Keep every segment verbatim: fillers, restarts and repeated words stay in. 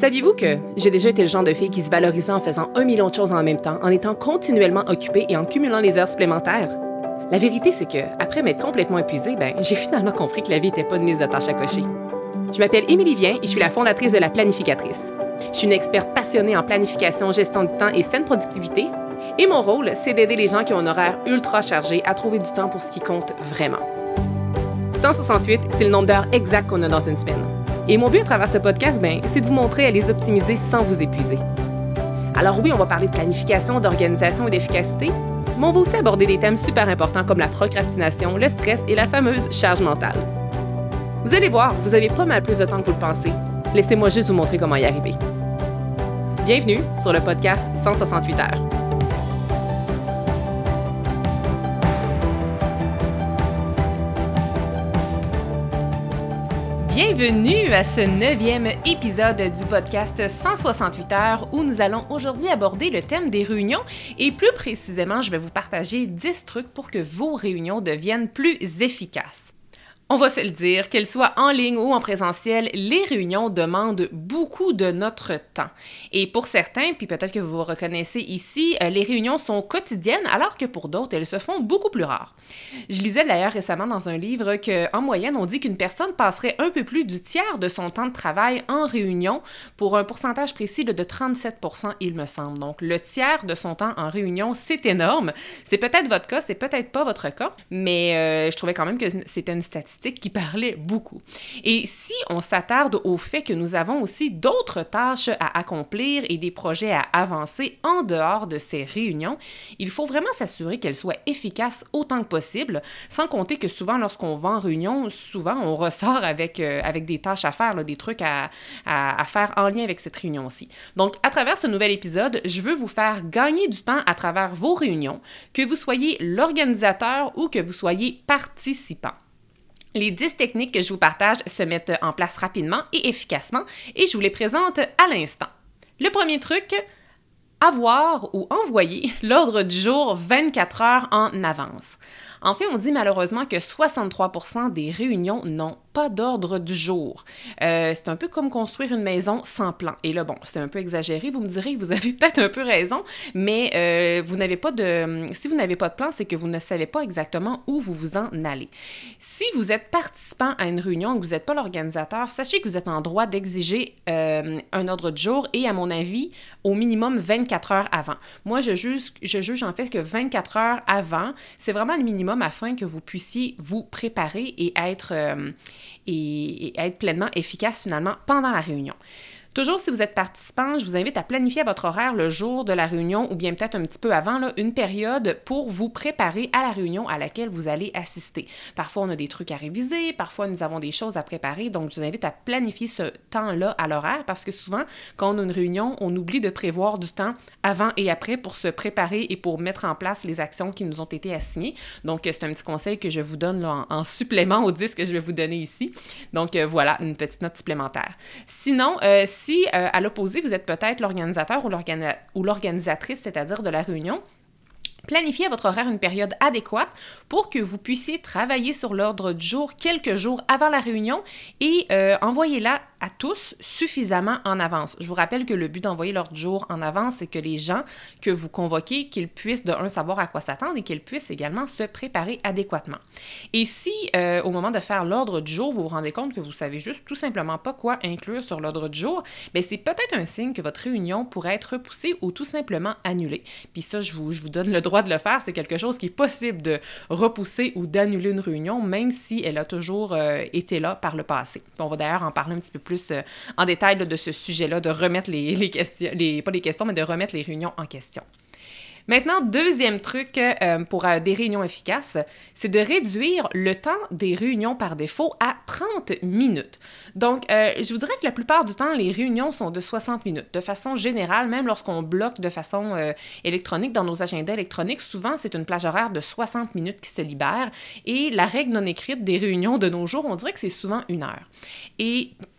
Saviez-vous que j'ai déjà été le genre de fille qui se valorisait en faisant un million de choses en même temps, en étant continuellement occupée et en cumulant les heures supplémentaires? La vérité, c'est que, après m'être complètement épuisée, ben, j'ai finalement compris que la vie n'était pas une liste de tâches à cocher. Je m'appelle Émilie Vien et je suis la fondatrice de La Planificatrice. Je suis une experte passionnée en planification, gestion du temps et saine productivité. Et mon rôle, c'est d'aider les gens qui ont un horaire ultra chargé à trouver du temps pour ce qui compte vraiment. cent soixante-huit, c'est le nombre d'heures exact qu'on a dans une semaine. Et mon but à travers ce podcast, ben, c'est de vous montrer à les optimiser sans vous épuiser. Alors oui, on va parler de planification, d'organisation et d'efficacité, mais on va aussi aborder des thèmes super importants comme la procrastination, le stress et la fameuse charge mentale. Vous allez voir, vous avez pas mal plus de temps que vous le pensez. Laissez-moi juste vous montrer comment y arriver. Bienvenue sur le podcast cent soixante-huit heures. Bienvenue à ce neuvième épisode du podcast cent soixante-huit heures où nous allons aujourd'hui aborder le thème des réunions et plus précisément, je vais vous partager dix trucs pour que vos réunions deviennent plus efficaces. On va se le dire, qu'elles soient en ligne ou en présentiel, les réunions demandent beaucoup de notre temps. Et pour certains, puis peut-être que vous vous reconnaissez ici, les réunions sont quotidiennes alors que pour d'autres, elles se font beaucoup plus rares. Je lisais d'ailleurs récemment dans un livre qu'en moyenne, on dit qu'une personne passerait un peu plus du tiers de son temps de travail en réunion pour un pourcentage précis de trente-sept pour cent, il me semble. Donc le tiers de son temps en réunion, c'est énorme. C'est peut-être votre cas, c'est peut-être pas votre cas, mais euh, je trouvais quand même que c'était une statistique qui parlait beaucoup. Et si on s'attarde au fait que nous avons aussi d'autres tâches à accomplir et des projets à avancer en dehors de ces réunions, il faut vraiment s'assurer qu'elles soient efficaces autant que possible, sans compter que souvent, lorsqu'on va en réunion, souvent, on ressort avec, euh, avec des tâches à faire, là, des trucs à, à, à faire en lien avec cette réunion-ci. Donc, à travers ce nouvel épisode, je veux vous faire gagner du temps à travers vos réunions, que vous soyez l'organisateur ou que vous soyez participant. Les dix techniques que je vous partage se mettent en place rapidement et efficacement et je vous les présente à l'instant. Le premier truc, avoir ou envoyer l'ordre du jour vingt-quatre heures en avance. En fait, on dit malheureusement que soixante-trois pour cent des réunions n'ont pas d'ordre du jour. Euh, c'est un peu comme construire une maison sans plan. Et là, bon, c'est un peu exagéré, vous me direz, vous avez peut-être un peu raison, mais euh, vous n'avez pas de... Si vous n'avez pas de plan, c'est que vous ne savez pas exactement où vous vous en allez. Si vous êtes participant à une réunion et que vous n'êtes pas l'organisateur, sachez que vous êtes en droit d'exiger euh, un ordre du jour et, à mon avis, au minimum vingt-quatre heures avant. Moi, je juge, je juge en fait que vingt-quatre heures avant, c'est vraiment le minimum afin que vous puissiez vous préparer et être... Euh, Et, et être pleinement efficace finalement pendant la réunion. Toujours, si vous êtes participant, je vous invite à planifier votre horaire le jour de la réunion ou bien peut-être un petit peu avant, là, une période pour vous préparer à la réunion à laquelle vous allez assister. Parfois, on a des trucs à réviser, parfois, nous avons des choses à préparer, donc je vous invite à planifier ce temps-là à l'horaire parce que souvent, quand on a une réunion, on oublie de prévoir du temps avant et après pour se préparer et pour mettre en place les actions qui nous ont été assignées. Donc, c'est un petit conseil que je vous donne là, en, en supplément au dix que je vais vous donner ici. Donc, euh, voilà, une petite note supplémentaire. Sinon, euh, Si, euh, à l'opposé, vous êtes peut-être l'organisateur ou, l'organi- ou l'organisatrice, c'est-à-dire de la réunion, planifiez à votre horaire une période adéquate pour que vous puissiez travailler sur l'ordre du jour quelques jours avant la réunion et euh, envoyez-la à tous suffisamment en avance. Je vous rappelle que le but d'envoyer l'ordre du jour en avance, c'est que les gens que vous convoquez, qu'ils puissent de un savoir à quoi s'attendre et qu'ils puissent également se préparer adéquatement. Et si, euh, au moment de faire l'ordre du jour, vous vous rendez compte que vous savez juste tout simplement pas quoi inclure sur l'ordre du jour, bien c'est peut-être un signe que votre réunion pourrait être repoussée ou tout simplement annulée. Puis ça, je vous, je vous donne le droit de le faire, c'est quelque chose qui est possible de repousser ou d'annuler une réunion, même si elle a toujours euh, été là par le passé. Puis on va d'ailleurs en parler un petit peu plus euh, en détail là, de ce sujet-là, de remettre les, les questions, les, pas les questions, mais de remettre les réunions en question. Maintenant, deuxième truc euh, pour euh, des réunions efficaces, c'est de réduire le temps des réunions par défaut à trente minutes. Donc, euh, je vous dirais que la plupart du temps, les réunions sont de soixante minutes. De façon générale, même lorsqu'on bloque de façon euh, électronique dans nos agendas électroniques, souvent, c'est une plage horaire de soixante minutes qui se libère. Et la règle non écrite des réunions de nos jours, on dirait que c'est souvent une heure. Et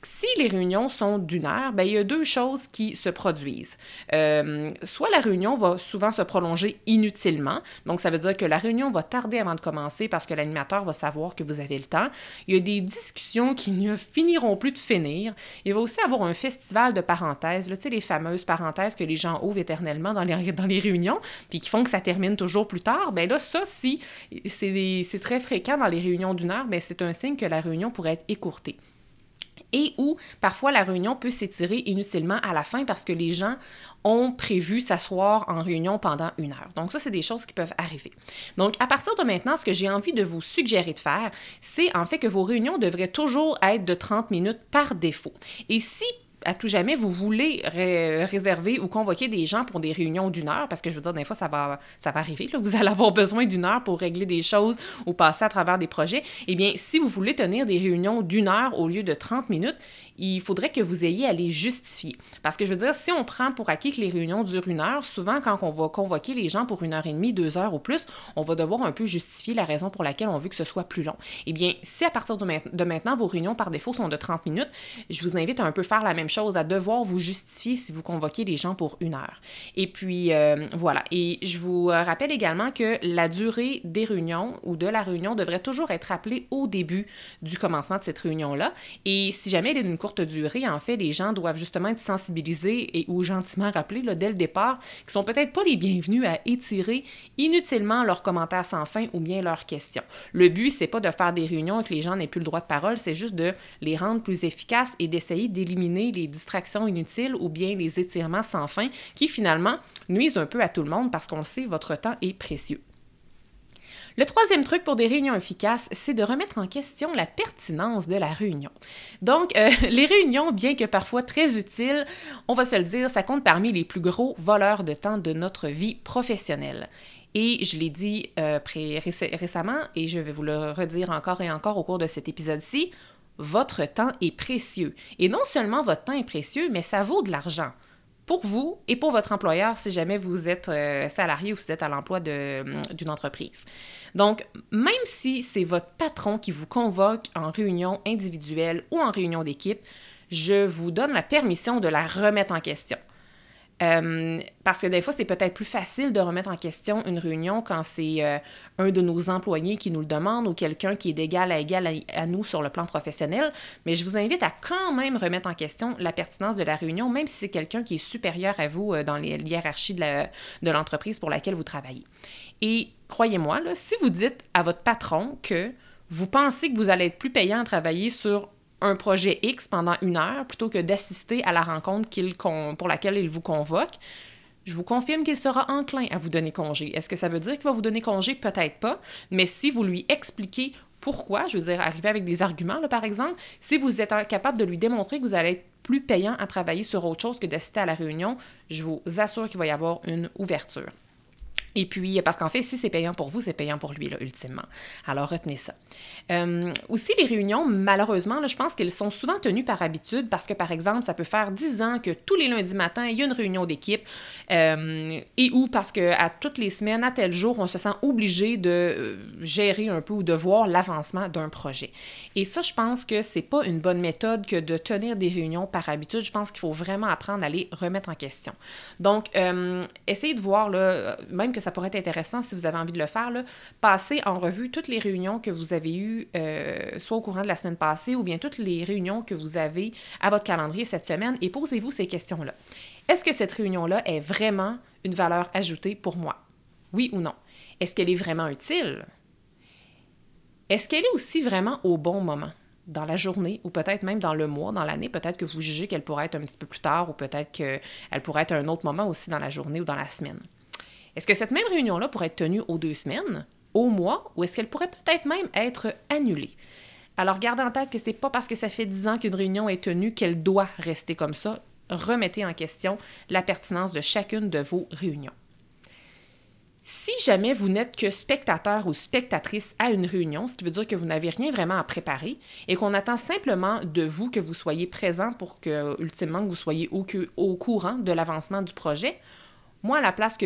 Si les réunions sont d'une heure, bien, il y a deux choses qui se produisent. Euh, soit la réunion va souvent se prolonger inutilement, donc ça veut dire que la réunion va tarder avant de commencer parce que l'animateur va savoir que vous avez le temps. Il y a des discussions qui ne finiront plus de finir. Il va aussi avoir un festival de parenthèses, là, tu sais, les fameuses parenthèses que les gens ouvrent éternellement dans les, dans les réunions, puis qui font que ça termine toujours plus tard. Bien là, ça, si c'est, des, c'est très fréquent dans les réunions d'une heure, bien, c'est un signe que la réunion pourrait être écourtée. Et où, parfois, la réunion peut s'étirer inutilement à la fin parce que les gens ont prévu s'asseoir en réunion pendant une heure. Donc ça, c'est des choses qui peuvent arriver. Donc, à partir de maintenant, ce que j'ai envie de vous suggérer de faire, c'est en fait que vos réunions devraient toujours être de trente minutes par défaut. Et si à tout jamais, vous voulez ré- réserver ou convoquer des gens pour des réunions d'une heure, parce que je veux dire, des fois, ça va, ça va arriver, là, vous allez avoir besoin d'une heure pour régler des choses ou passer à travers des projets, eh bien, si vous voulez tenir des réunions d'une heure au lieu de trente minutes, il faudrait que vous ayez à les justifier. Parce que je veux dire, si on prend pour acquis que les réunions durent une heure, souvent, quand on va convoquer les gens pour une heure et demie, deux heures ou plus, on va devoir un peu justifier la raison pour laquelle on veut que ce soit plus long. Eh bien, si à partir de, ma- de maintenant, vos réunions par défaut sont de trente minutes, je vous invite à un peu faire la même chose, à devoir vous justifier si vous convoquez les gens pour une heure. Et puis, euh, voilà. Et je vous rappelle également que la durée des réunions ou de la réunion devrait toujours être rappelée au début du commencement de cette réunion-là. Et si jamais elle est d'une courte durée, en fait, les gens doivent justement être sensibilisés et ou gentiment rappelés là, dès le départ qu'ils sont peut-être pas les bienvenus à étirer inutilement leurs commentaires sans fin ou bien leurs questions. Le but, c'est pas de faire des réunions et que les gens n'aient plus le droit de parole, c'est juste de les rendre plus efficaces et d'essayer d'éliminer les distractions inutiles ou bien les étirements sans fin qui, finalement, nuisent un peu à tout le monde parce qu'on le sait, votre temps est précieux. Le troisième truc pour des réunions efficaces, c'est de remettre en question la pertinence de la réunion. Donc, euh, les réunions, bien que parfois très utiles, on va se le dire, ça compte parmi les plus gros voleurs de temps de notre vie professionnelle. Et je l'ai dit euh, pré- réc- récemment, et je vais vous le redire encore et encore au cours de cet épisode-ci, votre temps est précieux. Et non seulement votre temps est précieux, mais ça vaut de l'argent. Pour vous et pour votre employeur si jamais vous êtes euh, salarié ou si vous êtes à l'emploi de, d'une entreprise. Donc, même si c'est votre patron qui vous convoque en réunion individuelle ou en réunion d'équipe, je vous donne la permission de la remettre en question. Euh, parce que des fois, c'est peut-être plus facile de remettre en question une réunion quand c'est euh, un de nos employés qui nous le demande ou quelqu'un qui est d'égal à égal à, à nous sur le plan professionnel. Mais je vous invite à quand même remettre en question la pertinence de la réunion, même si c'est quelqu'un qui est supérieur à vous euh, dans les hiérarchies de, la, de l'entreprise pour laquelle vous travaillez. Et croyez-moi, là, si vous dites à votre patron que vous pensez que vous allez être plus payant à travailler sur un projet X pendant une heure plutôt que d'assister à la rencontre qu'il con... pour laquelle il vous convoque, je vous confirme qu'il sera enclin à vous donner congé. Est-ce que ça veut dire qu'il va vous donner congé? Peut-être pas, mais si vous lui expliquez pourquoi, je veux dire, arriver avec des arguments, là, par exemple, si vous êtes capable de lui démontrer que vous allez être plus payant à travailler sur autre chose que d'assister à la réunion, je vous assure qu'il va y avoir une ouverture. Et puis, parce qu'en fait, si c'est payant pour vous, c'est payant pour lui, là, ultimement. Alors, retenez ça. Euh, aussi, les réunions, malheureusement, là, je pense qu'elles sont souvent tenues par habitude parce que, par exemple, ça peut faire dix ans que tous les lundis matins, il y a une réunion d'équipe euh, et ou parce qu'à toutes les semaines, à tel jour, on se sent obligé de euh, gérer un peu ou de voir l'avancement d'un projet. Et ça, je pense que c'est pas une bonne méthode que de tenir des réunions par habitude. Je pense qu'il faut vraiment apprendre à les remettre en question. Donc, euh, essayez de voir, là, même que ça pourrait être intéressant si vous avez envie de le faire, là, passer en revue toutes les réunions que vous avez eues, euh, soit au courant de la semaine passée ou bien toutes les réunions que vous avez à votre calendrier cette semaine et posez-vous ces questions-là. Est-ce que cette réunion-là est vraiment une valeur ajoutée pour moi? Oui ou non? Est-ce qu'elle est vraiment utile? Est-ce qu'elle est aussi vraiment au bon moment? Dans la journée ou peut-être même dans le mois, dans l'année, peut-être que vous jugez qu'elle pourrait être un petit peu plus tard ou peut-être qu'elle pourrait être à un autre moment aussi dans la journée ou dans la semaine. Est-ce que cette même réunion-là pourrait être tenue aux deux semaines, au mois, ou est-ce qu'elle pourrait peut-être même être annulée? Alors, gardez en tête que ce n'est pas parce que ça fait dix ans qu'une réunion est tenue qu'elle doit rester comme ça. Remettez en question la pertinence de chacune de vos réunions. Si jamais vous n'êtes que spectateur ou spectatrice à une réunion, ce qui veut dire que vous n'avez rien vraiment à préparer et qu'on attend simplement de vous que vous soyez présent pour que, ultimement, que vous soyez au, au courant de l'avancement du projet, moi, à la place que vous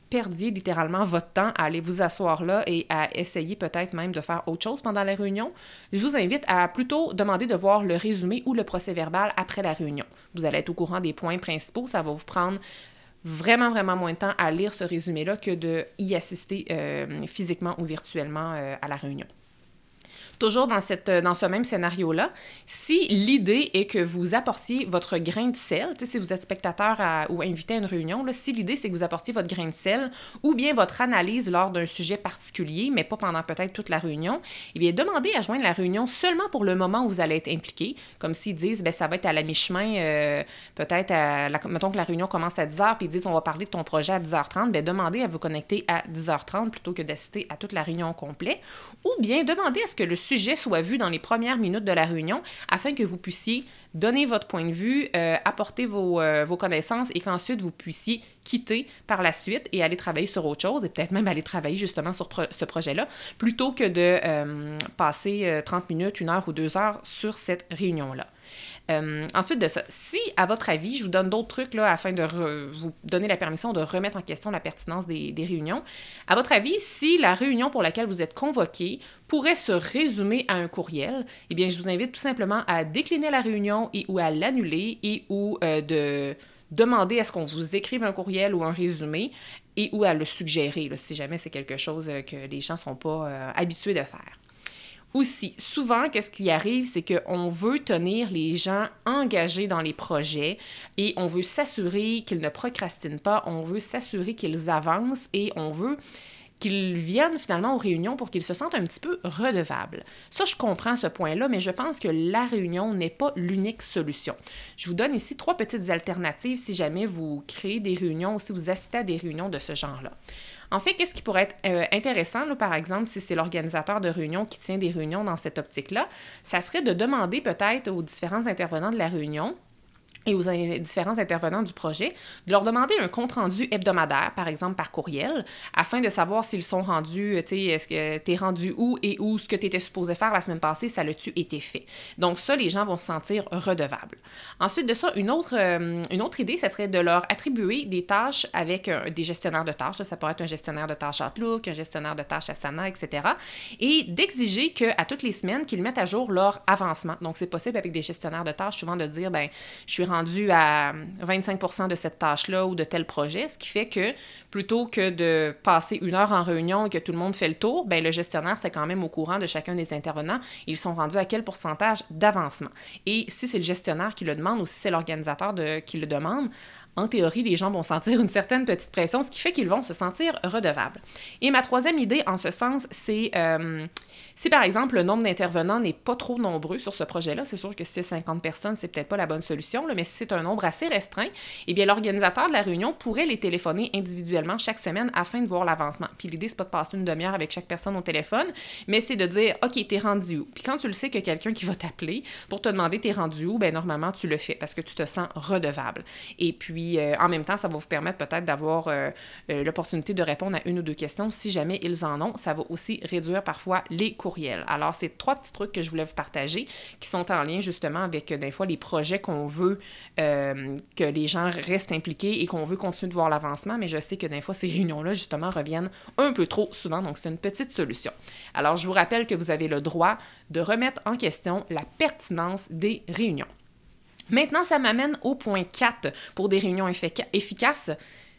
perdiez littéralement votre temps à aller vous asseoir là et à essayer peut-être même de faire autre chose pendant la réunion, je vous invite à plutôt demander de voir le résumé ou le procès-verbal après la réunion. Vous allez être au courant des points principaux, ça va vous prendre vraiment, vraiment moins de temps à lire ce résumé-là que d'y assister euh, physiquement ou virtuellement euh, à la réunion. Toujours dans, cette, dans ce même scénario-là, si l'idée est que vous apportiez votre grain de sel, si vous êtes spectateur à, ou invité à une réunion, là, si l'idée c'est que vous apportiez votre grain de sel ou bien votre analyse lors d'un sujet particulier, mais pas pendant peut-être toute la réunion, eh bien, demandez à joindre la réunion seulement pour le moment où vous allez être impliqué, comme s'ils disent, bien, ça va être à la mi-chemin, euh, peut-être, à la, mettons que la réunion commence à dix heures, puis ils disent, on va parler de ton projet à dix heures trente, bien, demandez à vous connecter à dix heures trente plutôt que d'assister à toute la réunion au complet, ou bien demandez à ce que le sujet soit vu dans les premières minutes de la réunion afin que vous puissiez donner votre point de vue, euh, apporter vos, euh, vos connaissances et qu'ensuite vous puissiez quitter par la suite et aller travailler sur autre chose et peut-être même aller travailler justement sur pro- ce projet-là plutôt que de euh, passer euh, trente minutes, une heure ou deux heures sur cette réunion-là. Euh, ensuite de ça, si, à votre avis, je vous donne d'autres trucs là, afin de re, vous donner la permission de remettre en question la pertinence des, des réunions, à votre avis, si la réunion pour laquelle vous êtes convoqué pourrait se résumer à un courriel, eh bien, je vous invite tout simplement à décliner la réunion et ou à l'annuler et ou euh, de demander à ce qu'on vous écrive un courriel ou un résumé et ou à le suggérer, là, si jamais c'est quelque chose que les gens ne sont pas euh, habitués de faire. Aussi, souvent, qu'est-ce qui arrive, c'est qu'on veut tenir les gens engagés dans les projets et on veut s'assurer qu'ils ne procrastinent pas, on veut s'assurer qu'ils avancent et on veut qu'ils viennent finalement aux réunions pour qu'ils se sentent un petit peu redevables. Ça, je comprends ce point-là, mais je pense que la réunion n'est pas l'unique solution. Je vous donne ici trois petites alternatives si jamais vous créez des réunions ou si vous assistez à des réunions de ce genre-là. En fait, qu'est-ce qui pourrait être euh, intéressant, là, par exemple, si c'est l'organisateur de réunion qui tient des réunions dans cette optique-là, ça serait de demander peut-être aux différents intervenants de la réunion et aux différents intervenants du projet, de leur demander un compte-rendu hebdomadaire, par exemple par courriel, afin de savoir s'ils sont rendus, tu sais, est-ce que tu es rendu où et où ce que tu étais supposé faire la semaine passée, ça l'a-tu été fait. Donc ça, les gens vont se sentir redevables. Ensuite de ça, une autre, euh, une autre idée, ça serait de leur attribuer des tâches avec euh, des gestionnaires de tâches. Là, ça pourrait être un gestionnaire de tâches Outlook, un gestionnaire de tâches Asana, et cetera. Et d'exiger qu'à toutes les semaines, qu'ils mettent à jour leur avancement. Donc c'est possible avec des gestionnaires de tâches, souvent de dire, ben je suis rendu à vingt-cinq pour cent de cette tâche-là ou de tel projet, ce qui fait que plutôt que de passer une heure en réunion et que tout le monde fait le tour, bien, le gestionnaire, c'est quand même au courant de chacun des intervenants. Ils sont rendus à quel pourcentage d'avancement. Et si c'est le gestionnaire qui le demande ou si c'est l'organisateur de, qui le demande, en théorie, les gens vont sentir une certaine petite pression, ce qui fait qu'ils vont se sentir redevables. Et ma troisième idée, en ce sens, c'est euh, si, par exemple, le nombre d'intervenants n'est pas trop nombreux sur ce projet-là, c'est sûr que si c'est cinquante personnes, c'est peut-être pas la bonne solution, là, mais si c'est un nombre assez restreint, eh bien, l'organisateur de la réunion pourrait les téléphoner individuellement chaque semaine afin de voir l'avancement. Puis l'idée, c'est pas de passer une demi-heure avec chaque personne au téléphone, mais c'est de dire, OK, t'es rendu où? Puis quand tu le sais qu'il y a quelqu'un qui va t'appeler pour te demander t'es rendu où, bien, normalement, tu le fais parce que tu te sens redevable. Et puis, euh, en même temps, ça va vous permettre peut-être d'avoir euh, euh, l'opportunité de répondre à une ou deux questions si jamais ils en ont. Ça va aussi réduire parfois les courriels. Alors, c'est trois petits trucs que je voulais vous partager qui sont en lien justement avec, des fois, les projets qu'on veut euh, que les gens restent impliqués et qu'on veut continuer de voir l'avancement, mais je sais que des fois, ces réunions-là, justement, reviennent un peu trop souvent, donc c'est une petite solution. Alors, je vous rappelle que vous avez le droit de remettre en question la pertinence des réunions. Maintenant, ça m'amène au point quatre pour des réunions effic- efficaces,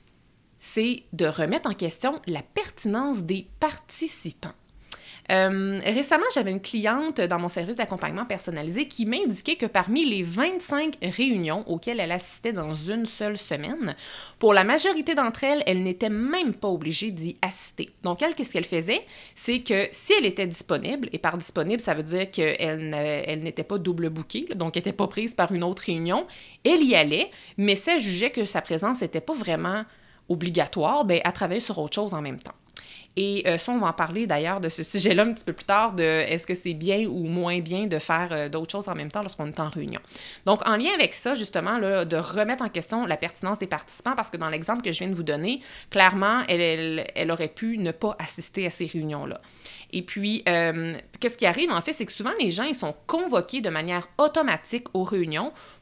c'est de remettre en question la pertinence des participants. Euh, récemment, j'avais une cliente dans mon service d'accompagnement personnalisé qui m'indiquait que parmi les vingt-cinq réunions auxquelles elle assistait dans une seule semaine, pour la majorité d'entre elles, elle n'était même pas obligée d'y assister. Donc, elle, qu'est-ce qu'elle faisait? C'est que si elle était disponible, et par disponible, ça veut dire qu'elle elle n'était pas double bookée, donc elle n'était pas prise par une autre réunion, elle y allait, mais si elle jugeait que sa présence n'était pas vraiment obligatoire, bien, elle travaillait sur autre chose en même temps. Et euh, ça, on va en parler d'ailleurs de ce sujet-là un petit peu plus tard, de est-ce que c'est bien ou moins bien de faire euh, d'autres choses en même temps lorsqu'on est en réunion. Donc, en lien avec ça, justement, là, de remettre en question la pertinence des participants, parce que dans l'exemple que je viens de vous donner, clairement, elle, elle, elle aurait pu ne pas assister à ces réunions-là. Et puis, euh, qu'est-ce qui arrive, en fait, c'est que souvent, les gens, ils sont convoqués de manière automatique aux réunions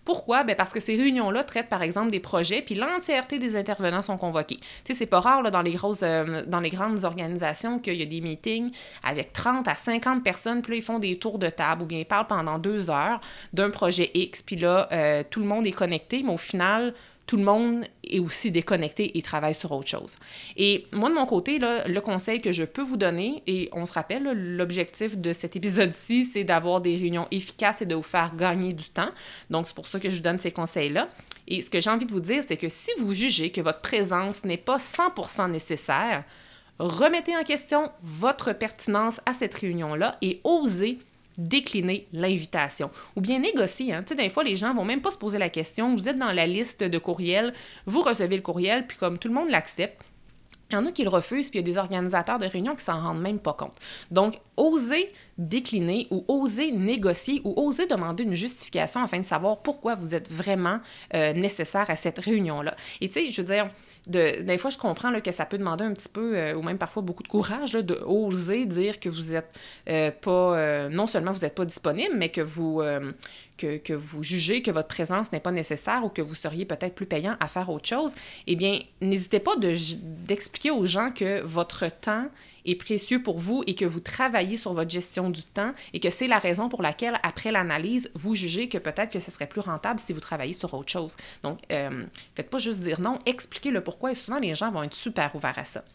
Pourquoi? Bien, parce que ces réunions-là traitent, par exemple, des projets, puis l'entièreté des intervenants sont convoqués. Tu sais, c'est pas rare, là, dans les grosses, euh, dans les grandes organisations, qu'il y a des meetings avec trente à cinquante personnes, puis là, ils font des tours de table, ou bien ils parlent pendant deux heures d'un projet X, puis là, euh, tout le monde est connecté, mais au final, tout le monde est aussi déconnecté et travaille sur autre chose. Et moi, de mon côté, là, le conseil que je peux vous donner, et on se rappelle, là, l'objectif de cet épisode-ci, c'est d'avoir des réunions efficaces et de vous faire gagner du temps. Donc, c'est pour ça que je vous donne ces conseils-là. Et ce que j'ai envie de vous dire, c'est que si vous jugez que votre présence n'est pas cent pour cent nécessaire, remettez en question votre pertinence à cette réunion-là et osez décliner l'invitation. Ou bien négocier. Hein? Tu sais, des fois, les gens vont même pas se poser la question. Vous êtes dans la liste de courriels, vous recevez le courriel, puis comme tout le monde l'accepte, il y en a qui le refusent, puis il y a des organisateurs de réunions qui s'en rendent même pas compte. Donc, osez décliner ou osez négocier ou osez demander une justification afin de savoir pourquoi vous êtes vraiment euh, nécessaire à cette réunion-là. Et tu sais, je veux dire, de, des fois, je comprends là, que ça peut demander un petit peu, euh, ou même parfois beaucoup de courage, là, de oser dire que vous êtes euh, pas, euh, non seulement vous n'êtes pas disponible, mais que vous, euh, que, que vous jugez que votre présence n'est pas nécessaire ou que vous seriez peut-être plus payant à faire autre chose. Eh bien, n'hésitez pas de, d'expliquer aux gens que votre temps est précieux pour vous et que vous travaillez sur votre gestion du temps et que c'est la raison pour laquelle, après l'analyse, vous jugez que peut-être que ce serait plus rentable si vous travaillez sur autre chose. Donc, euh, faites pas juste dire non, expliquez le pourquoi et souvent les gens vont être super ouverts à ça.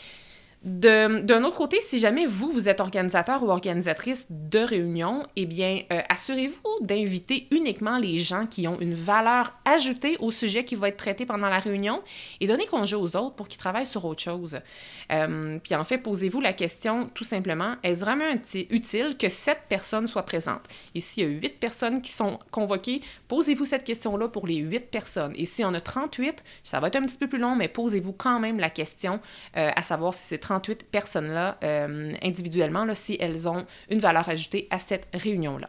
De, d'un autre côté, si jamais vous, vous êtes organisateur ou organisatrice de réunions, eh bien, euh, assurez-vous d'inviter uniquement les gens qui ont une valeur ajoutée au sujet qui va être traité pendant la réunion et donnez congé aux autres pour qu'ils travaillent sur autre chose. Euh, puis en fait, posez-vous la question tout simplement, est-ce vraiment utile que sept personnes soient présentes? Et s'il y a huit personnes qui sont convoquées, posez-vous cette question-là pour les huit personnes. Et si on a trente-huit, ça va être un petit peu plus long, mais posez-vous quand même la question euh, à savoir si c'est trente-huit personnes-là, euh, individuellement, là, si elles ont une valeur ajoutée à cette réunion-là.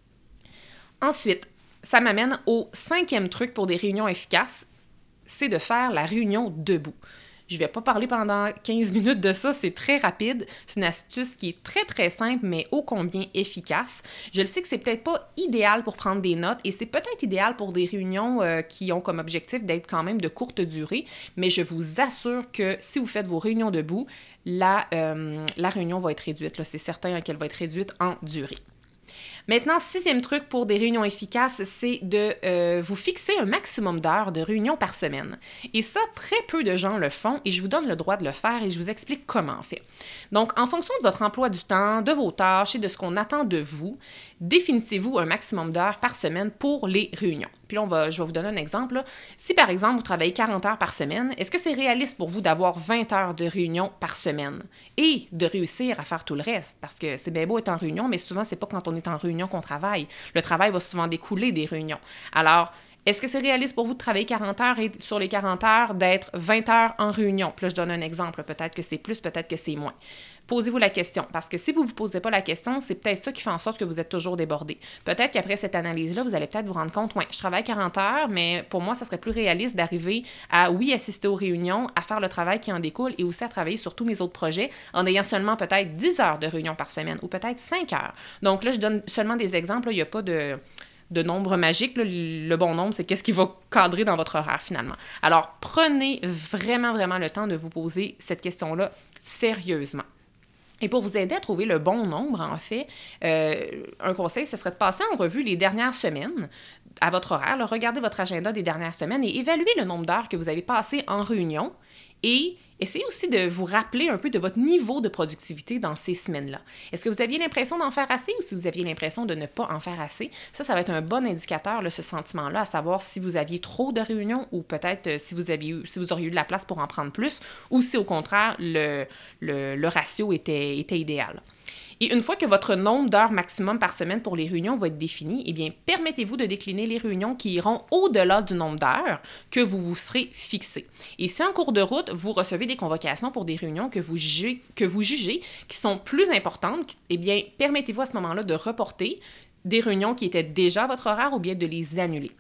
Ensuite, ça m'amène au cinquième truc pour des réunions efficaces, c'est de faire la réunion debout. Je ne vais pas parler pendant quinze minutes de ça, c'est très rapide. C'est une astuce qui est très, très simple, mais ô combien efficace. Je le sais que c'est peut-être pas idéal pour prendre des notes et c'est peut-être idéal pour des réunions euh, qui ont comme objectif d'être quand même de courte durée, mais je vous assure que si vous faites vos réunions debout, la, euh, la réunion va être réduite. Là, c'est certain qu'elle va être réduite en durée. Maintenant, sixième truc pour des réunions efficaces, c'est de euh, vous fixer un maximum d'heures de réunion par semaine. Et ça, très peu de gens le font et je vous donne le droit de le faire et je vous explique comment on fait. Donc, en fonction de votre emploi du temps, de vos tâches et de ce qu'on attend de vous, définissez-vous un maximum d'heures par semaine pour les réunions. Puis là, on va, je vais vous donner un exemple. Là. Si, par exemple, vous travaillez quarante heures par semaine, est-ce que c'est réaliste pour vous d'avoir vingt heures de réunion par semaine et de réussir à faire tout le reste? Parce que c'est bien beau être en réunion, mais souvent, c'est pas quand on est en réunion qu'on travaille. Le travail va souvent découler des réunions. Alors, est-ce que c'est réaliste pour vous de travailler quarante heures et sur les quarante heures, d'être vingt heures en réunion? Puis là, je donne un exemple. Peut-être que c'est plus, peut-être que c'est moins. Posez-vous la question. Parce que si vous ne vous posez pas la question, c'est peut-être ça qui fait en sorte que vous êtes toujours débordé. Peut-être qu'après cette analyse-là, vous allez peut-être vous rendre compte, ouais, je travaille quarante heures, mais pour moi, ça serait plus réaliste d'arriver à, oui, assister aux réunions, à faire le travail qui en découle et aussi à travailler sur tous mes autres projets en ayant seulement peut-être dix heures de réunion par semaine ou peut-être cinq heures. Donc là, je donne seulement des exemples. Là, il n'y a pas de... de nombre magique. Là, le bon nombre, c'est qu'est-ce qui va cadrer dans votre horaire finalement. Alors, prenez vraiment, vraiment le temps de vous poser cette question-là sérieusement. Et pour vous aider à trouver le bon nombre, en fait, euh, un conseil, ce serait de passer en revue les dernières semaines à votre horaire. Là, regardez votre agenda des dernières semaines et évaluez le nombre d'heures que vous avez passé en réunion et essayez aussi de vous rappeler un peu de votre niveau de productivité dans ces semaines-là. Est-ce que vous aviez l'impression d'en faire assez ou si vous aviez l'impression de ne pas en faire assez? Ça, ça va être un bon indicateur, là, ce sentiment-là, à savoir si vous aviez trop de réunions ou peut-être euh, si, vous aviez eu, si vous auriez eu de la place pour en prendre plus ou si, au contraire, le, le, le ratio était, était idéal. Et une fois que votre nombre d'heures maximum par semaine pour les réunions va être défini, eh bien, permettez-vous de décliner les réunions qui iront au-delà du nombre d'heures que vous vous serez fixé. Et si en cours de route, vous recevez des convocations pour des réunions que vous jugez, que vous jugez qui sont plus importantes, eh bien, permettez-vous à ce moment-là de reporter des réunions qui étaient déjà à votre horaire ou bien de les annuler.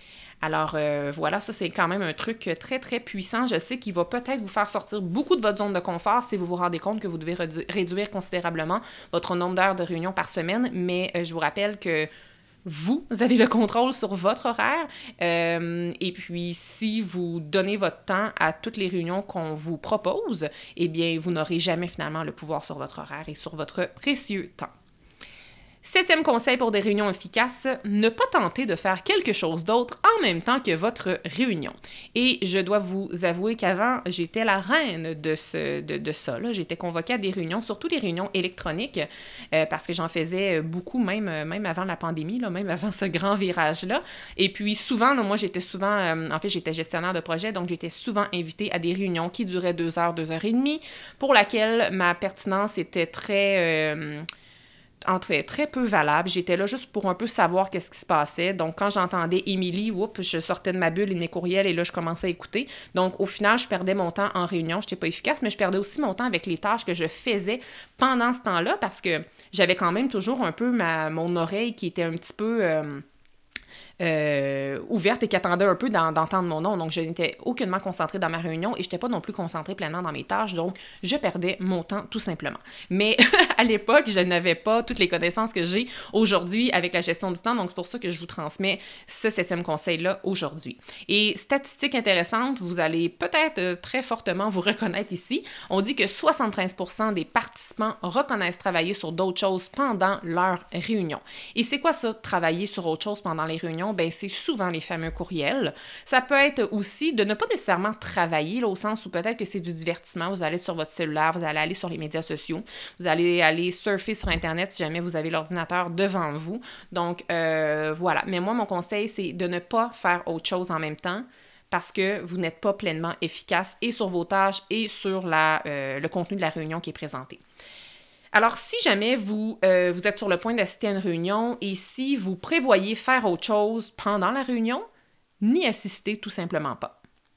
Alors euh, voilà, ça c'est quand même un truc très très puissant. Je sais qu'il va peut-être vous faire sortir beaucoup de votre zone de confort si vous vous rendez compte que vous devez rédu- réduire considérablement votre nombre d'heures de réunion par semaine, mais euh, je vous rappelle que vous avez le contrôle sur votre horaire. Euh, et puis, si vous donnez votre temps à toutes les réunions qu'on vous propose, eh bien, vous n'aurez jamais finalement le pouvoir sur votre horaire et sur votre précieux temps. Septième conseil pour des réunions efficaces, ne pas tenter de faire quelque chose d'autre en même temps que votre réunion. Et je dois vous avouer qu'avant, j'étais la reine de, ce, de, de ça. Là. J'étais convoquée à des réunions, surtout des réunions électroniques, euh, parce que j'en faisais beaucoup, même, même avant la pandémie, là, même avant ce grand virage-là. Et puis souvent, là, moi, j'étais souvent, euh, en fait, j'étais gestionnaire de projet, donc j'étais souvent invitée à des réunions qui duraient deux heures, deux heures et demie, pour laquelle ma pertinence était très... Euh, entre très peu valable. J'étais là juste pour un peu savoir qu'est-ce qui se passait. Donc, quand j'entendais Émilie, oups, je sortais de ma bulle et de mes courriels et là, je commençais à écouter. Donc, au final, je perdais mon temps en réunion. Je n'étais pas efficace, mais je perdais aussi mon temps avec les tâches que je faisais pendant ce temps-là parce que j'avais quand même toujours un peu ma, mon oreille qui était un petit peu... Euh, Euh, ouverte et qui attendait un peu d'entendre mon nom. Donc, je n'étais aucunement concentrée dans ma réunion et je n'étais pas non plus concentrée pleinement dans mes tâches. Donc, je perdais mon temps tout simplement. Mais à l'époque, je n'avais pas toutes les connaissances que j'ai aujourd'hui avec la gestion du temps. Donc, c'est pour ça que je vous transmets ce septième conseil-là aujourd'hui. Et statistique intéressante, vous allez peut-être très fortement vous reconnaître ici. On dit que soixante-treize pour cent des participants reconnaissent travailler sur d'autres choses pendant leur réunion. Et c'est quoi ça, travailler sur autre chose pendant les réunions? Ben, c'est souvent les fameux courriels. Ça peut être aussi de ne pas nécessairement travailler, là, au sens où peut-être que c'est du divertissement. Vous allez être sur votre cellulaire, vous allez aller sur les médias sociaux, vous allez aller surfer sur Internet si jamais vous avez l'ordinateur devant vous. Donc, euh, voilà. Mais moi, mon conseil, c'est de ne pas faire autre chose en même temps parce que vous n'êtes pas pleinement efficace et sur vos tâches et sur la, euh, le contenu de la réunion qui est présenté. Alors, si jamais vous, euh, vous êtes sur le point d'assister à une réunion et si vous prévoyez faire autre chose pendant la réunion, n'y assistez tout simplement pas.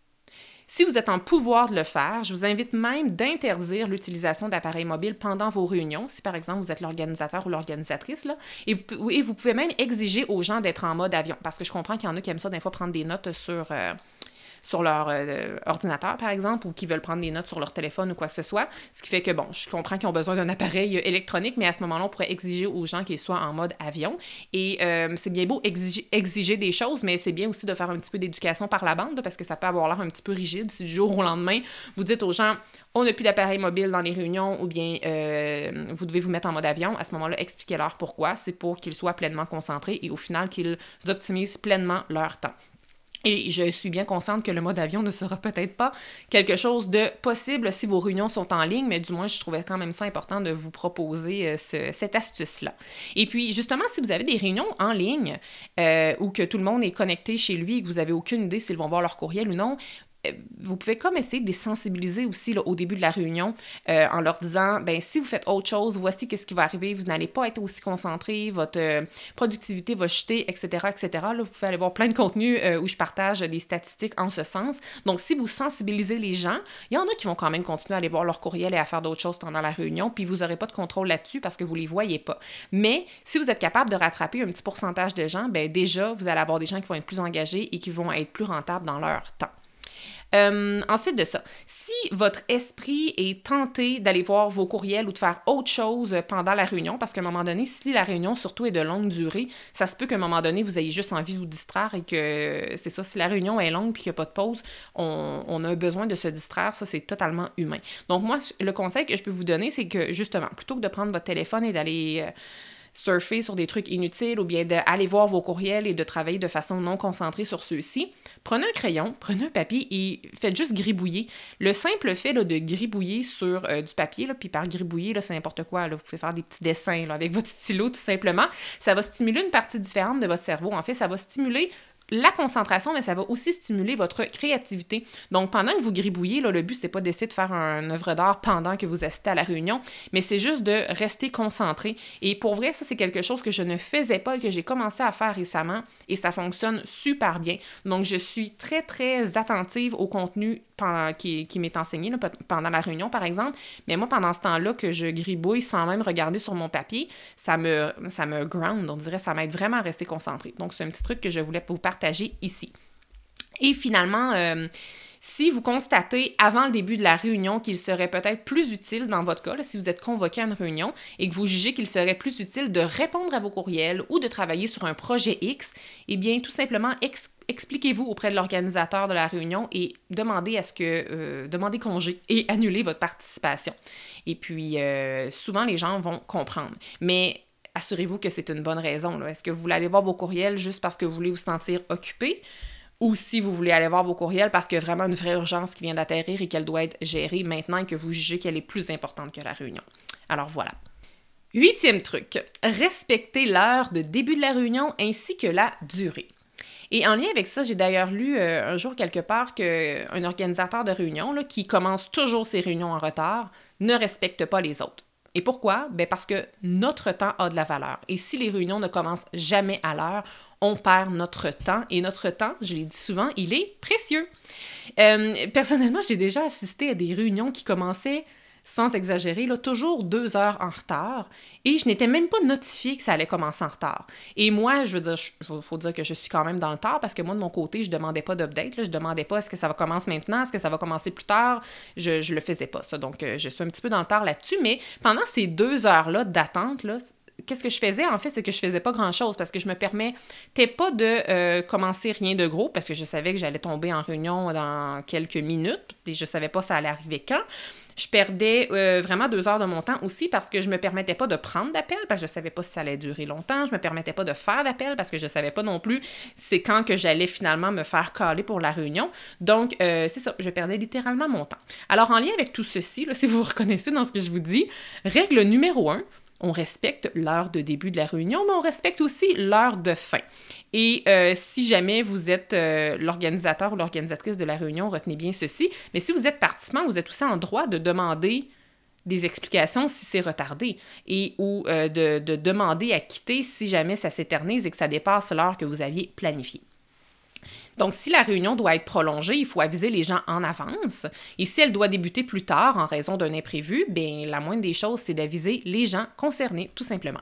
Si vous êtes en pouvoir de le faire, je vous invite même d'interdire l'utilisation d'appareils mobiles pendant vos réunions, si par exemple vous êtes l'organisateur ou l'organisatrice, là, et, vous, et vous pouvez même exiger aux gens d'être en mode avion, parce que je comprends qu'il y en a qui aiment ça des fois prendre des notes sur... Euh, sur leur euh, ordinateur, par exemple, ou qui veulent prendre des notes sur leur téléphone ou quoi que ce soit. Ce qui fait que, bon, je comprends qu'ils ont besoin d'un appareil électronique, mais à ce moment-là, on pourrait exiger aux gens qu'ils soient en mode avion. Et euh, c'est bien beau exiger, exiger des choses, mais c'est bien aussi de faire un petit peu d'éducation par la bande, là, parce que ça peut avoir l'air un petit peu rigide si du jour au lendemain, vous dites aux gens « on n'a plus d'appareil mobile dans les réunions » ou bien euh, « vous devez vous mettre en mode avion ». À ce moment-là, expliquez-leur pourquoi. C'est pour qu'ils soient pleinement concentrés et au final, qu'ils optimisent pleinement leur temps. Et je suis bien consciente que le mode avion ne sera peut-être pas quelque chose de possible si vos réunions sont en ligne, mais du moins, je trouvais quand même ça important de vous proposer euh, ce, cette astuce-là. Et puis, justement, si vous avez des réunions en ligne euh, ou que tout le monde est connecté chez lui et que vous n'avez aucune idée s'ils vont voir leur courriel ou non, vous pouvez comme essayer de les sensibiliser aussi là, au début de la réunion euh, en leur disant, ben si vous faites autre chose, voici qu'est-ce qui va arriver, vous n'allez pas être aussi concentré, votre euh, productivité va chuter, et cetera, et cetera. Là, vous pouvez aller voir plein de contenus euh, où je partage des statistiques en ce sens. Donc, si vous sensibilisez les gens, il y en a qui vont quand même continuer à aller voir leur courriel et à faire d'autres choses pendant la réunion, puis vous n'aurez pas de contrôle là-dessus parce que vous ne les voyez pas. Mais si vous êtes capable de rattraper un petit pourcentage de gens, ben déjà, vous allez avoir des gens qui vont être plus engagés et qui vont être plus rentables dans leur temps. Euh, ensuite de ça, si votre esprit est tenté d'aller voir vos courriels ou de faire autre chose pendant la réunion, parce qu'à un moment donné, si la réunion surtout est de longue durée, ça se peut qu'à un moment donné, vous ayez juste envie de vous distraire et que c'est ça, si la réunion est longue et qu'il n'y a pas de pause, on, on a besoin de se distraire, ça c'est totalement humain. Donc moi, le conseil que je peux vous donner, c'est que justement, plutôt que de prendre votre téléphone et d'aller... Euh, surfer sur des trucs inutiles ou bien d'aller voir vos courriels et de travailler de façon non concentrée sur ceux-ci, prenez un crayon, prenez un papier et faites juste gribouiller. Le simple fait là, de gribouiller sur euh, du papier, là, puis par gribouiller, là, c'est n'importe quoi, là, vous pouvez faire des petits dessins là, avec votre stylo tout simplement, ça va stimuler une partie différente de votre cerveau. En fait, ça va stimuler la concentration, mais ça va aussi stimuler votre créativité. Donc, pendant que vous gribouillez, là, le but, c'est pas d'essayer de faire une œuvre d'art pendant que vous assistez à la réunion, mais c'est juste de rester concentré. Et pour vrai, ça, c'est quelque chose que je ne faisais pas et que j'ai commencé à faire récemment et ça fonctionne super bien. Donc, je suis très, très attentive au contenu pendant, qui, qui m'est enseigné là, pendant la réunion, par exemple. Mais moi, pendant ce temps-là que je gribouille sans même regarder sur mon papier, ça me, ça me ground, on dirait, ça m'aide vraiment à rester concentré. Donc, c'est un petit truc que je voulais vous partager ici. Et finalement, euh, Si vous constatez avant le début de la réunion qu'il serait peut-être plus utile, dans votre cas, là, si vous êtes convoqué à une réunion et que vous jugez qu'il serait plus utile de répondre à vos courriels ou de travailler sur un projet X, eh bien, tout simplement, ex- expliquez-vous auprès de l'organisateur de la réunion et demandez à ce que euh, demandez congé et annulez votre participation. Et puis, euh, souvent, les gens vont comprendre. Mais assurez-vous que c'est une bonne raison, là. Est-ce que vous voulez aller voir vos courriels juste parce que vous voulez vous sentir occupé? Ou si vous voulez aller voir vos courriels parce qu'il y a vraiment une vraie urgence qui vient d'atterrir et qu'elle doit être gérée maintenant et que vous jugez qu'elle est plus importante que la réunion. Alors voilà. Huitième truc, respectez l'heure de début de la réunion ainsi que la durée. Et en lien avec ça, j'ai d'ailleurs lu euh, un jour quelque part qu'un organisateur de réunion là, qui commence toujours ses réunions en retard ne respecte pas les autres. Et pourquoi? Ben parce que notre temps a de la valeur. Et si les réunions ne commencent jamais à l'heure, on perd notre temps. Et notre temps, je l'ai dit souvent, il est précieux. Euh, personnellement, j'ai déjà assisté à des réunions qui commençaient, sans exagérer, là, toujours deux heures en retard. Et je n'étais même pas notifiée que ça allait commencer en retard. Et moi, je veux dire, il faut dire que je suis quand même dans le tard parce que moi, de mon côté, je ne demandais pas d'update. Là, je ne demandais pas est-ce que ça va commencer maintenant, est-ce que ça va commencer plus tard. Je ne le faisais pas, ça. Donc, euh, je suis un petit peu dans le tard là-dessus. Mais pendant ces deux heures-là d'attente, là, qu'est-ce que je faisais, en fait, c'est que je faisais pas grand-chose parce que je me permettais pas de euh, commencer rien de gros parce que je savais que j'allais tomber en réunion dans quelques minutes et je savais pas ça allait arriver quand. Je perdais euh, vraiment deux heures de mon temps aussi parce que je me permettais pas de prendre d'appel parce que je savais pas si ça allait durer longtemps. Je me permettais pas de faire d'appel parce que je savais pas non plus c'est quand que j'allais finalement me faire caler pour la réunion. Donc, euh, c'est ça, je perdais littéralement mon temps. Alors, en lien avec tout ceci, là, si vous vous reconnaissez dans ce que je vous dis, règle numéro un, on respecte l'heure de début de la réunion, mais on respecte aussi l'heure de fin. Et euh, si jamais vous êtes euh, l'organisateur ou l'organisatrice de la réunion, retenez bien ceci, mais si vous êtes participant, vous êtes aussi en droit de demander des explications si c'est retardé et ou euh, de, de demander à quitter si jamais ça s'éternise et que ça dépasse l'heure que vous aviez planifiée. Donc, si la réunion doit être prolongée, il faut aviser les gens en avance. Et si elle doit débuter plus tard en raison d'un imprévu, bien, la moindre des choses, c'est d'aviser les gens concernés, tout simplement.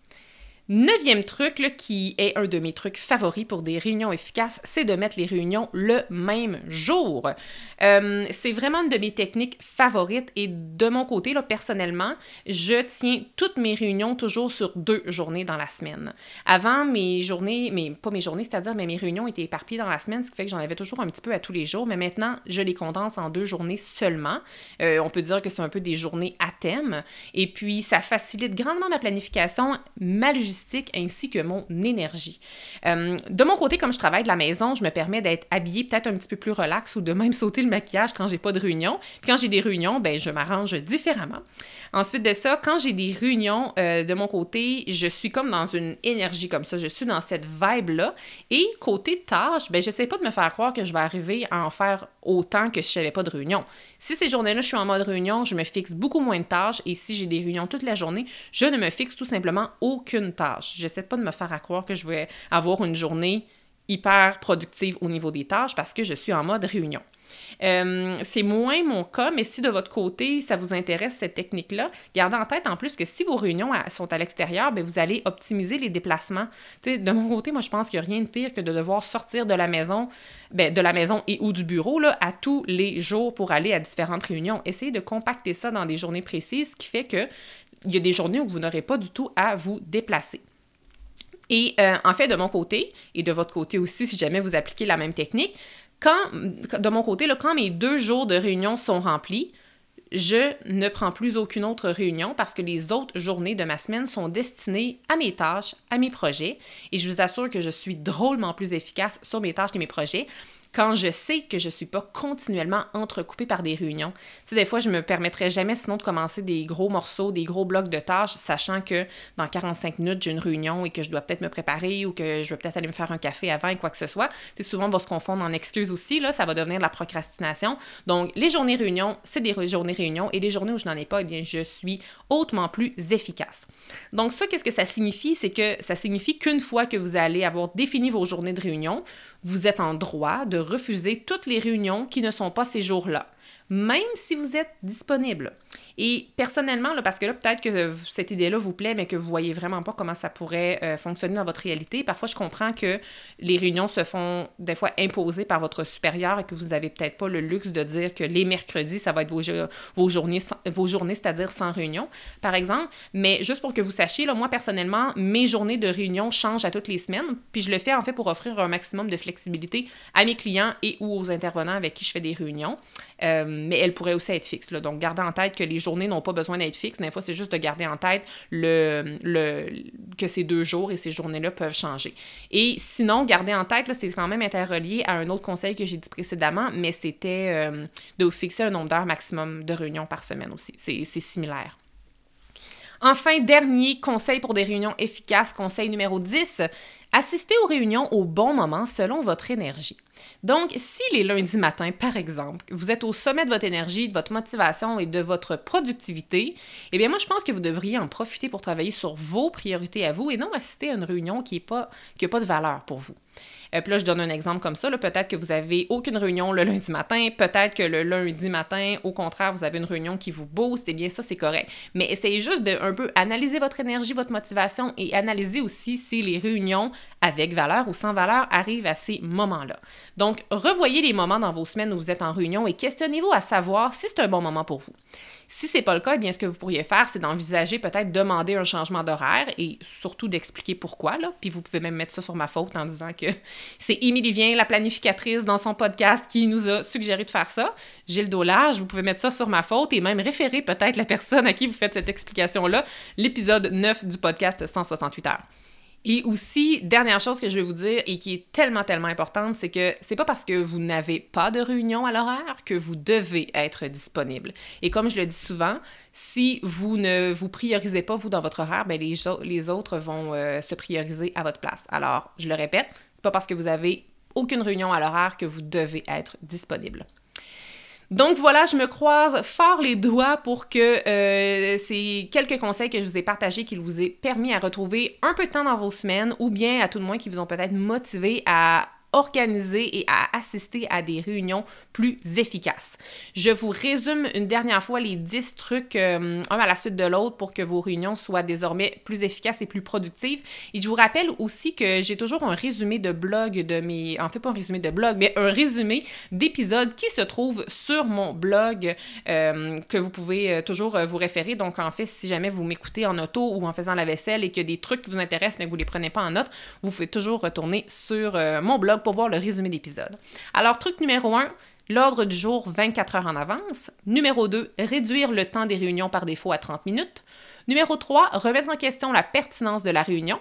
Neuvième truc, là, qui est un de mes trucs favoris pour des réunions efficaces, c'est de mettre les réunions le même jour. Euh, c'est vraiment une de mes techniques favorites et de mon côté, là, personnellement, je tiens toutes mes réunions toujours sur deux journées dans la semaine. Avant, mes journées, mais pas mes journées, c'est-à-dire mais mes réunions étaient éparpillées dans la semaine, ce qui fait que j'en avais toujours un petit peu à tous les jours, mais maintenant, je les condense en deux journées seulement. Euh, on peut dire que c'est un peu des journées à thème et puis ça facilite grandement ma planification, ma logistique ainsi que mon énergie. Euh, de mon côté, comme je travaille de la maison, je me permets d'être habillée peut-être un petit peu plus relax ou de même sauter le maquillage quand j'ai pas de réunion. Puis quand j'ai des réunions, ben je m'arrange différemment. Ensuite de ça, quand j'ai des réunions euh, de mon côté, je suis comme dans une énergie comme ça, je suis dans cette vibe-là. Et côté tâches, ben j'essaie pas de me faire croire que je vais arriver à en faire autant que si j'avais pas de réunion. Si ces journées-là, je suis en mode réunion, je me fixe beaucoup moins de tâches et si j'ai des réunions toute la journée, je ne me fixe tout simplement aucune tâche. J'essaie pas de me faire à croire que je vais avoir une journée hyper productive au niveau des tâches parce que je suis en mode réunion. Euh, c'est moins mon cas, mais si de votre côté, ça vous intéresse cette technique-là, gardez en tête en plus que si vos réunions à, sont à l'extérieur, bien, vous allez optimiser les déplacements. T'sais, de mon côté, moi, je pense qu'il n'y a rien de pire que de devoir sortir de la maison, bien, de la maison et ou du bureau là, à tous les jours pour aller à différentes réunions. Essayez de compacter ça dans des journées précises, ce qui fait que il y a des journées où vous n'aurez pas du tout à vous déplacer. Et euh, en fait, de mon côté, et de votre côté aussi, si jamais vous appliquez la même technique, quand, de mon côté, là, quand mes deux jours de réunion sont remplis, je ne prends plus aucune autre réunion parce que les autres journées de ma semaine sont destinées à mes tâches, à mes projets. Et je vous assure que je suis drôlement plus efficace sur mes tâches et mes projets quand je sais que je ne suis pas continuellement entrecoupée par des réunions. Tu sais, des fois, je ne me permettrais jamais sinon de commencer des gros morceaux, des gros blocs de tâches, sachant que dans quarante-cinq minutes, j'ai une réunion et que je dois peut-être me préparer ou que je vais peut-être aller me faire un café avant et quoi que ce soit. Tu sais, souvent, on va se confondre en excuses aussi, là, ça va devenir de la procrastination. Donc, les journées réunions, c'est des journées réunions et les journées où je n'en ai pas, eh bien, je suis hautement plus efficace. Donc, ça, qu'est-ce que ça signifie? C'est que ça signifie qu'une fois que vous allez avoir défini vos journées de réunion, vous êtes en droit de refuser toutes les réunions qui ne sont pas ces jours-là, même si vous êtes disponible. Et personnellement, là, parce que là, peut-être que cette idée-là vous plaît, mais que vous voyez vraiment pas comment ça pourrait euh, fonctionner dans votre réalité, parfois je comprends que les réunions se font des fois imposer par votre supérieur et que vous avez peut-être pas le luxe de dire que les mercredis, ça va être vos, vos journées, vos journées, c'est-à-dire sans réunion, par exemple. Mais juste pour que vous sachiez, là, moi, personnellement, mes journées de réunion changent à toutes les semaines, puis je le fais en fait pour offrir un maximum de flexibilité à mes clients et ou aux intervenants avec qui je fais des réunions. Euh, mais elles pourraient aussi être fixes, là. Donc, gardez en tête que les journées n'ont pas besoin d'être fixes. Des fois, c'est juste de garder en tête le, le, que ces deux jours et ces journées-là peuvent changer. Et sinon, gardez en tête, là, c'est quand même interrelié à un autre conseil que j'ai dit précédemment, mais c'était euh, de vous fixer un nombre d'heures maximum de réunions par semaine aussi. C'est, c'est similaire. Enfin, dernier conseil pour des réunions efficaces, conseil numéro dix, assistez aux réunions au bon moment selon votre énergie. Donc, si les lundis matins, par exemple, vous êtes au sommet de votre énergie, de votre motivation et de votre productivité, eh bien moi, je pense que vous devriez en profiter pour travailler sur vos priorités à vous et non assister à une réunion qui n'a pas, qui a pas de valeur pour vous. Euh, puis là, je donne un exemple comme ça. Là, peut-être que vous n'avez aucune réunion le lundi matin. Peut-être que le lundi matin, au contraire, vous avez une réunion qui vous booste. Eh bien, ça, c'est correct. Mais essayez juste de un peu analyser votre énergie, votre motivation et analyser aussi si les réunions avec valeur ou sans valeur arrivent à ces moments-là. Donc, revoyez les moments dans vos semaines où vous êtes en réunion et questionnez-vous à savoir si c'est un bon moment pour vous. Si ce n'est pas le cas, eh bien, ce que vous pourriez faire, c'est d'envisager peut-être demander un changement d'horaire et surtout d'expliquer pourquoi, là. Puis vous pouvez même mettre ça sur ma faute en disant que c'est Émilie Vien, la planificatrice, dans son podcast, qui nous a suggéré de faire ça. J'ai le dos large, vous pouvez mettre ça sur ma faute et même référer peut-être la personne à qui vous faites cette explication-là, l'épisode neuf du podcast cent soixante-huit heures. Et aussi, dernière chose que je vais vous dire et qui est tellement, tellement importante, c'est que c'est pas parce que vous n'avez pas de réunion à l'horaire que vous devez être disponible. Et comme je le dis souvent, si vous ne vous priorisez pas, vous, dans votre horaire, bien, les, les autres vont euh, se prioriser à votre place. Alors, je le répète, c'est pas parce que vous avez aucune réunion à l'horaire que vous devez être disponible. Donc voilà, je me croise fort les doigts pour que euh, ces quelques conseils que je vous ai partagés, qui vous aient permis à retrouver un peu de temps dans vos semaines ou bien à tout le moins qui vous ont peut-être motivé à organiser et à assister à des réunions plus efficaces. Je vous résume une dernière fois les dix trucs, euh, un à la suite de l'autre, pour que vos réunions soient désormais plus efficaces et plus productives. Et je vous rappelle aussi que j'ai toujours un résumé de blog de mes... En fait, pas un résumé de blog, mais un résumé d'épisodes qui se trouve sur mon blog euh, que vous pouvez toujours vous référer. Donc, en fait, si jamais vous m'écoutez en auto ou en faisant la vaisselle et qu'il y a des trucs qui vous intéressent mais que vous ne les prenez pas en note, vous pouvez toujours retourner sur euh, mon blog pour voir le résumé d'épisode. Alors, truc numéro un, l'ordre du jour vingt-quatre heures en avance. Numéro deux, réduire le temps des réunions par défaut à trente minutes. Numéro trois, remettre en question la pertinence de la réunion.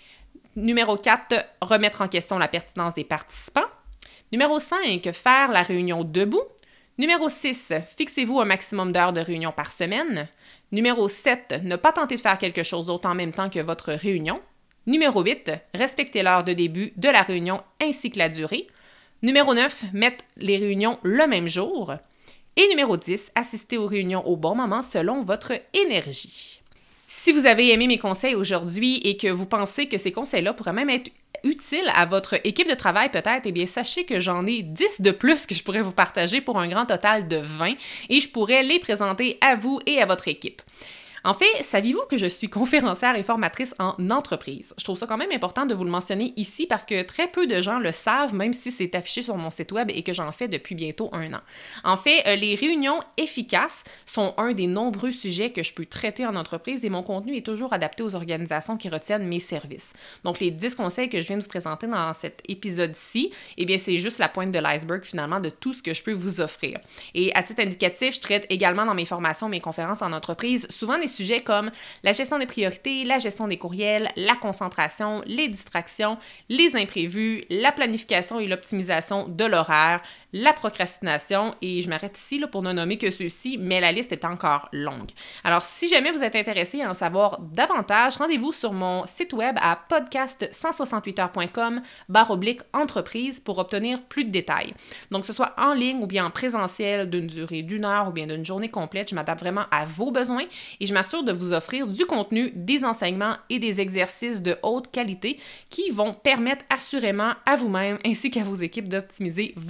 Numéro quatre, remettre en question la pertinence des participants. Numéro cinq, faire la réunion debout. Numéro six, fixez-vous un maximum d'heures de réunion par semaine. Numéro sept, ne pas tenter de faire quelque chose d'autre en même temps que votre réunion. Numéro huit, respectez l'heure de début de la réunion ainsi que la durée. Numéro neuf, mettre les réunions le même jour. Et numéro dix, assistez aux réunions au bon moment selon votre énergie. Si vous avez aimé mes conseils aujourd'hui et que vous pensez que ces conseils-là pourraient même être utiles à votre équipe de travail peut-être, eh bien sachez que j'en ai dix de plus que je pourrais vous partager pour un grand total de vingt et je pourrais les présenter à vous et à votre équipe. En fait, saviez-vous que je suis conférencière et formatrice en entreprise? Je trouve ça quand même important de vous le mentionner ici parce que très peu de gens le savent, même si c'est affiché sur mon site web et que j'en fais depuis bientôt un an. En fait, les réunions efficaces sont un des nombreux sujets que je peux traiter en entreprise et mon contenu est toujours adapté aux organisations qui retiennent mes services. Donc, les dix conseils que je viens de vous présenter dans cet épisode-ci, eh bien, c'est juste la pointe de l'iceberg finalement de tout ce que je peux vous offrir. Et à titre indicatif, je traite également dans mes formations, mes conférences en entreprise, souvent des sujets comme la gestion des priorités, la gestion des courriels, la concentration, les distractions, les imprévus, la planification et l'optimisation de l'horaire, la procrastination, et je m'arrête ici là, pour ne nommer que ceux-ci, mais la liste est encore longue. Alors, si jamais vous êtes intéressé à en savoir davantage, rendez-vous sur mon site web à podcast cent soixante-huit heures point com barre oblique entreprise pour obtenir plus de détails. Donc, que ce soit en ligne ou bien en présentiel d'une durée d'une heure ou bien d'une journée complète, je m'adapte vraiment à vos besoins et je m'assure de vous offrir du contenu, des enseignements et des exercices de haute qualité qui vont permettre assurément à vous-même ainsi qu'à vos équipes d'optimiser votre temps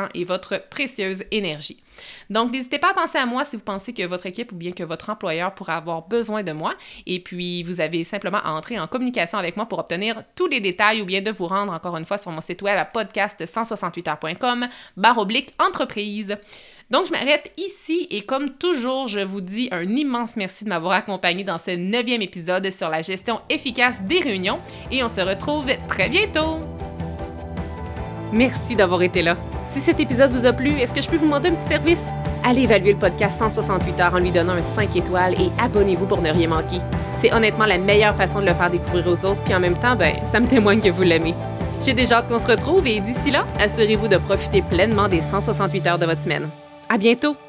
et votre précieuse énergie. Donc, n'hésitez pas à penser à moi si vous pensez que votre équipe ou bien que votre employeur pourrait avoir besoin de moi. Et puis, vous avez simplement à entrer en communication avec moi pour obtenir tous les détails ou bien de vous rendre encore une fois sur mon site web à podcast cent soixante-huit heures point com barre oblique entreprise. Donc, je m'arrête ici et comme toujours, je vous dis un immense merci de m'avoir accompagné dans ce neuvième épisode sur la gestion efficace des réunions et on se retrouve très bientôt! Merci d'avoir été là. Si cet épisode vous a plu, est-ce que je peux vous demander un petit service? Allez évaluer le podcast cent soixante-huit heures en lui donnant un cinq étoiles et abonnez-vous pour ne rien manquer. C'est honnêtement la meilleure façon de le faire découvrir aux autres, puis en même temps, ben, ça me témoigne que vous l'aimez. J'ai déjà hâte qu'on se retrouve et d'ici là, assurez-vous de profiter pleinement des cent soixante-huit heures de votre semaine. À bientôt!